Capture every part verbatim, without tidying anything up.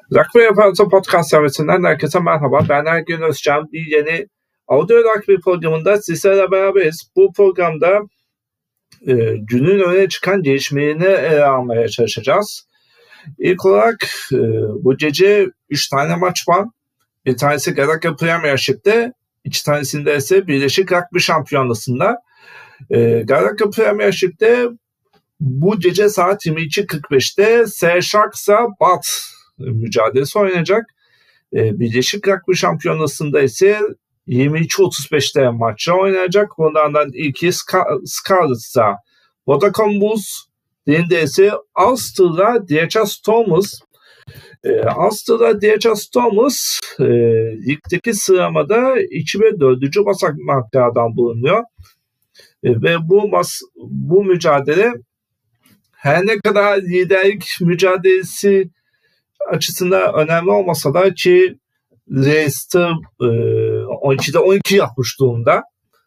Rugby Referansı Podcast servisinden herkese merhaba. Ben Ergün Özcan. Bir yeni Audio Rugby programında sizlerle beraberiz. Bu programda e, günün öne çıkan gelişmelerini ele almaya çalışacağız. İlk olarak e, bu gece üç tane maç var. Bir tanesi Gallagher Premiership'te, iki tanesinde ise Birleşik Rugby Şampiyonası'nda. E, Gallagher Premiership'te bu gece saat yirmi iki kırk beşte Sharks'la Bath mücadelesi oynayacak. Ee, Birleşik Rugby Şampiyonası'nda ise yirmi iki otuz beşte maçlar oynayacak. Bunlardan ilki Scarlets'la Vodacom Bulls, diğerinde ise Ulster'la D H S Stormers. Ee, Ulster'la D H S Stormers e, ligdeki sıralamada iki ve dördüncü basamaklardan bulunuyor. E, ve bu mas bu mücadele her ne kadar liderlik mücadelesi açısından önemli olmasa da ki Leicester e, on ikide on iki yapmış durumda.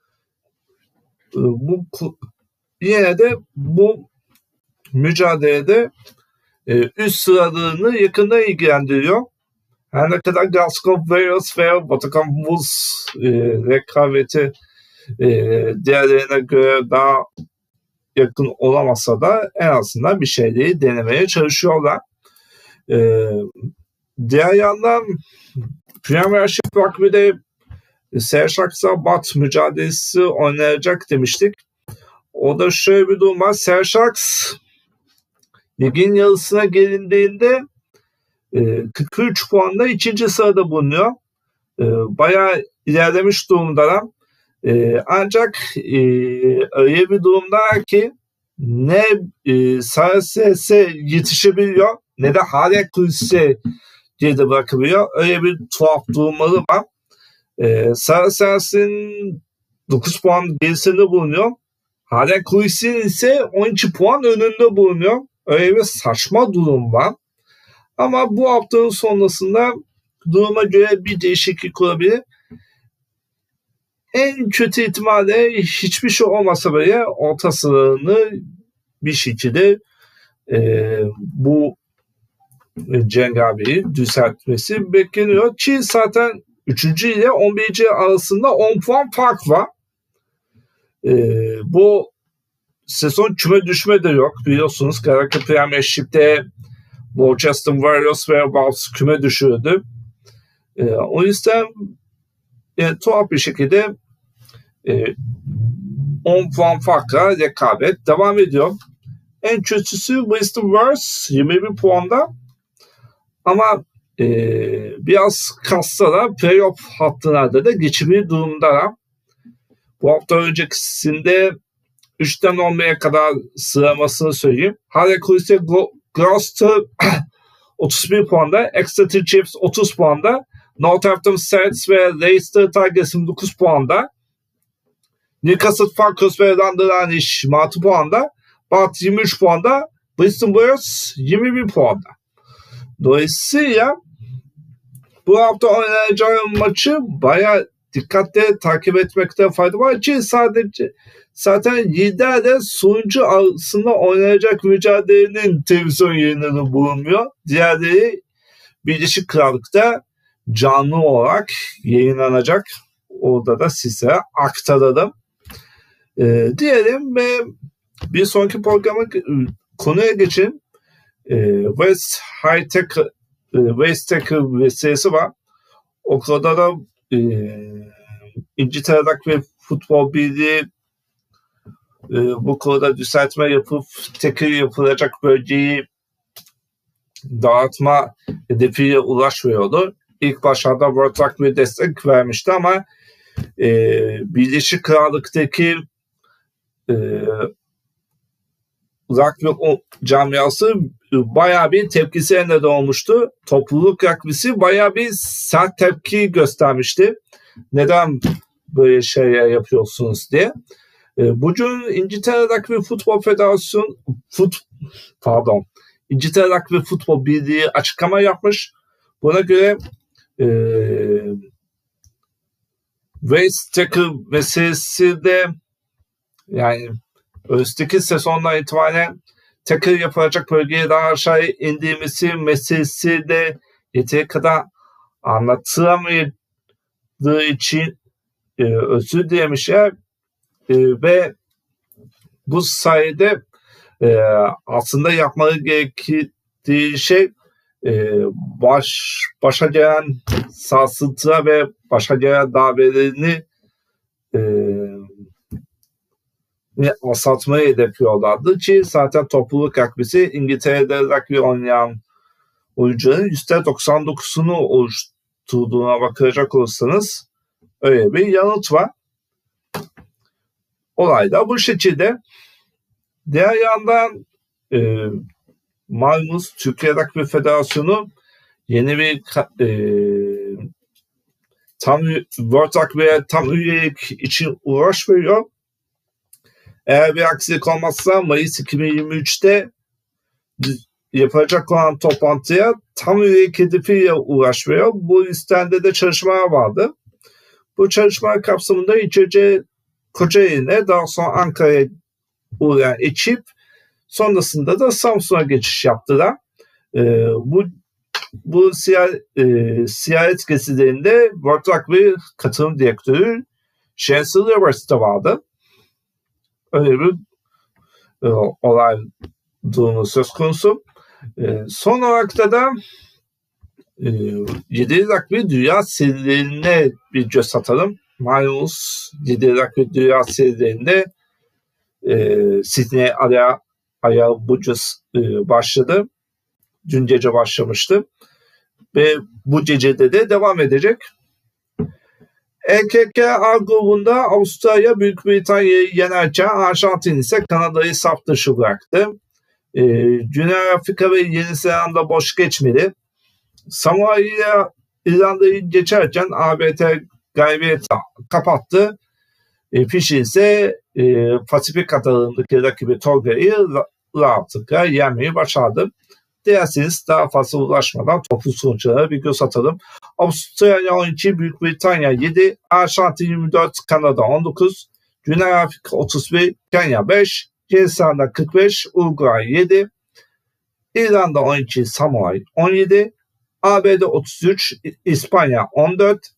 E, bu yine de bu mücadelede e, üst sıralarını yakından ilgilendiriyor. Her ne kadar Glasgow Warriors ve Vodacom Bulls e, rekabeti e, diğerlerine göre daha yakın olamasa da en azından bir şeyleri denemeye çalışıyorlar. Ee, diğer yandan Premiership Rugby'de Sharks'la Bath mücadelesi oynayacak demiştik. O da şöyle bir durum var. Sharks ligin yarısına gelindiğinde e, kırk üç puanla ikinci sırada bulunuyor. E, bayağı ilerlemiş durumdalar. E, ancak e, öyle bir durumda ki ne e, Sarases'e yetişebiliyor ne de Harek Kulüs'e geride bırakabiliyor. Öyle bir tuhaf durumları var. E, Sarases'in dokuz puan gerisinde bulunuyor. Harek Kulüs'ün ise on iki puan önünde bulunuyor. Öyle bir saçma durum var. Ama bu haftanın sonrasında duruma göre bir değişiklik olabilir. En kötü ihtimalle hiçbir şey olmasa bile orta sıralarını bir şekilde e, bu cengabeyi düzeltmesi bekleniyor. Ki zaten üçüncü ile on birinci arasında on puan fark var. E, bu sezon küme düşme de yok. Biliyorsunuz Gallagher Premiership'te Worcester Warriors ve Wolves küme düşürdü. E, o yüzden yani, tuhaf bir şekilde e, on puan farkla rekabet devam ediyor. En kötüsü Western Warriors yirmi bir puanda. Ama e, biraz kaslara playoff hattında da geçimli durumdalar. Bu hafta öncekisinde üçten on bire kadar sıralamasını söyleyeyim. Harek Kulüs'e Gloucester otuz bir puanda, Exeter Chiefs otuz puanda, Northampton Saints ve Leicester Tigers yirmi dokuz puanda, Newcastle Falcons ve London Irish altı puanda, Bath yirmi üç puanda, Bristol Warriors yirmi bir puanda. Dolayısıyla bu hafta oynayacağım maçı bayağı dikkatle takip etmekte fayda var ki sadece zaten liderle sonuncu arasında oynayacak mücadelenin televizyon yayınları bulunmuyor. Diğerleri Birleşik Krallık'ta canlı olarak yayınlanacak. Orada da size aktaralım. Ee, diyelim ve bir sonraki programa konuya geçin. Ee, West High Tech e, West Tech meselesi var. O konuda da e, İngiltere Rugby Futbol Birliği e, bu konuda düzeltme yapıp tekrar yapılacak bölgeyi dağıtma hedefiyle ulaşmıyordu. İlk başlarda World Rugby destek vermişti ama e, Birleşik Krallık'taki e, rugby camiası bayağı bir tepkisine neden olmuştu. Topluluk rugby'si bayağı bir sert tepki göstermişti. Neden böyle şeyler yapıyorsunuz diye. E, bugün İngiltere Rugby Futbol Federasyonu fut, pardon İngiltere Rugby Futbol Birliği açıklama yapmış. Buna göre e, West Tackle meselesi de yani önümüzdeki sezondan itibaren tackle yapılacak bölgeye daha aşağı indiğimizi meselesi de yeteri kadar anlatılamadığı için e, özür dilemişler e, ve bu sayede e, aslında yapmaları gerektiği şey e, baş başa gelen sarsıntıya ve başa gelen darbelerini e, azaltmayı hedefliyorlardı ki zaten topluluk rugby'si İngiltere'de rugby oynayan oyuncuların yüzde doksan dokuzunu oluşturduğuna bakacak olursanız öyle bir yanıt var. Olay da bu şekilde. Diğer yandan e, malumunuz Türkiye Rugby Federasyonu yeni bir e, tam World Rugby'ye tam üyelik için uğraş veriyor. Eğer bir aksilik olmazsa Mayıs iki bin yirmi üçte yapacak olan toplantıya tam üyelik hedefiyle uğraş veriyor. Bu listede de çalışmalar vardı. Bu çalışmalar kapsamında ilk önce Kocaeli'ne, daha sonra Ankara'ya uğrayan ekip sonrasında da Samsun'a geçiş yaptılar. Ee, bu bu ziyaret, e, ziyaret gezilerinde World Rugby katılım direktörü Chancellor Rivers de vardı. Öyle bir e, olay durumu söz konusu. E, son olarak da da e, yedi Rugby Dünya serilerine bir göz atalım. Malumunuz yedi Rugby Dünya serilerinde e, Sydney Aya Aya Bucus e, başladı. Dün gece başlamıştı. Ve bu gecede de devam edecek. E K K A grubunda Avustralya Büyük Britanya'yı yenerken Arjantin ise Kanada'yı saf dışı bıraktı. E, Güney Afrika ve Yeni Zelanda boş geçmedi. Samoa ile İrlanda'yı geçerken A B T galibiyeti kapattı. E, Fiji ise e, Pasifik adalarındaki rakibi Tonga'yı rahatlıkla yenmeyi başardı. Dilerseniz daha fazla ulaşmadan toplu sonuçlara bir göz atalım. Avustralya on iki, Büyük Britanya yedi, Arjantin yirmi dört, Kanada on dokuz, Güney Afrika otuz bir, Kenya beş, Yeni Zelanda kırk beş, Uruguay yedi, İrlanda on iki, Samoa on yedi, A B D otuz üç, İspanya on dört,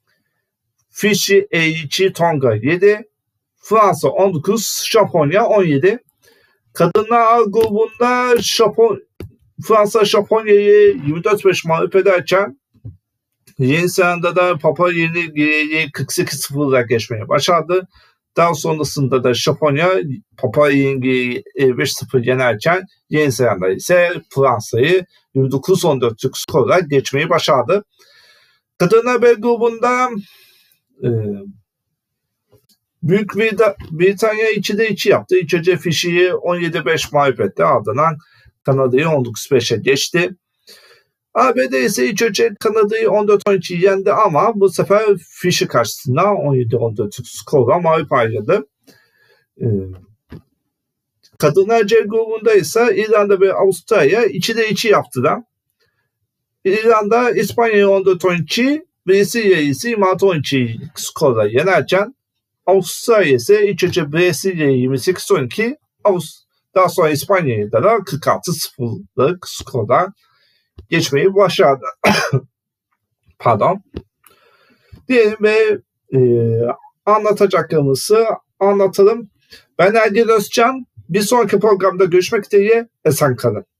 Fiji E iki, Tonga yedi, Fransa on dokuz, Japonya on yedi. Kadınlar grubunda Japon Fransa Japonya'yı yirmi dört beş mağlup ederken Yeni Zelanda'da Papua Yeni Gine'yi kırk sekiz sıfırla geçmeye başardı. Daha sonrasında da Japonya Papua Yeni Gine'yi beş sıfır yenerken Yeni Zelanda ise Fransa'yı yirmi dokuz on dörtlük skorla geçmeyi başardı. Kadınlar B grubunda e, Büyük Britanya ikide iki yaptı. İlk önce Fiji'yi on yedi beş mağlup etti. Ardından Kanada'yı on dokuz beşe geçti. A B D ise ilk önce Kanada'yı on dört on iki yendi ama bu sefer Fiji karşısında on yedi on dört skorla mağlup ayrıldı. Ee, Kadınlar C grubunda ise İrlanda ve Avustralya ikide iki yaptılar. İrlanda İspanya'yı on dört on iki, Brezilya'yı ise yirmi altı on iki skorla yenerken Avustralya ise ilk önce Brezilya'yı yirmi sekiz on iki, daha sonra İspanya'yı da kırk altı sıfırlık skorla geçmeyi başardı. Pardon. Diyelim ve e, anlatacaklarımızı anlatalım. Ben Ergin Özcan. Bir sonraki programda görüşmek dileğiyle. Esen kalın.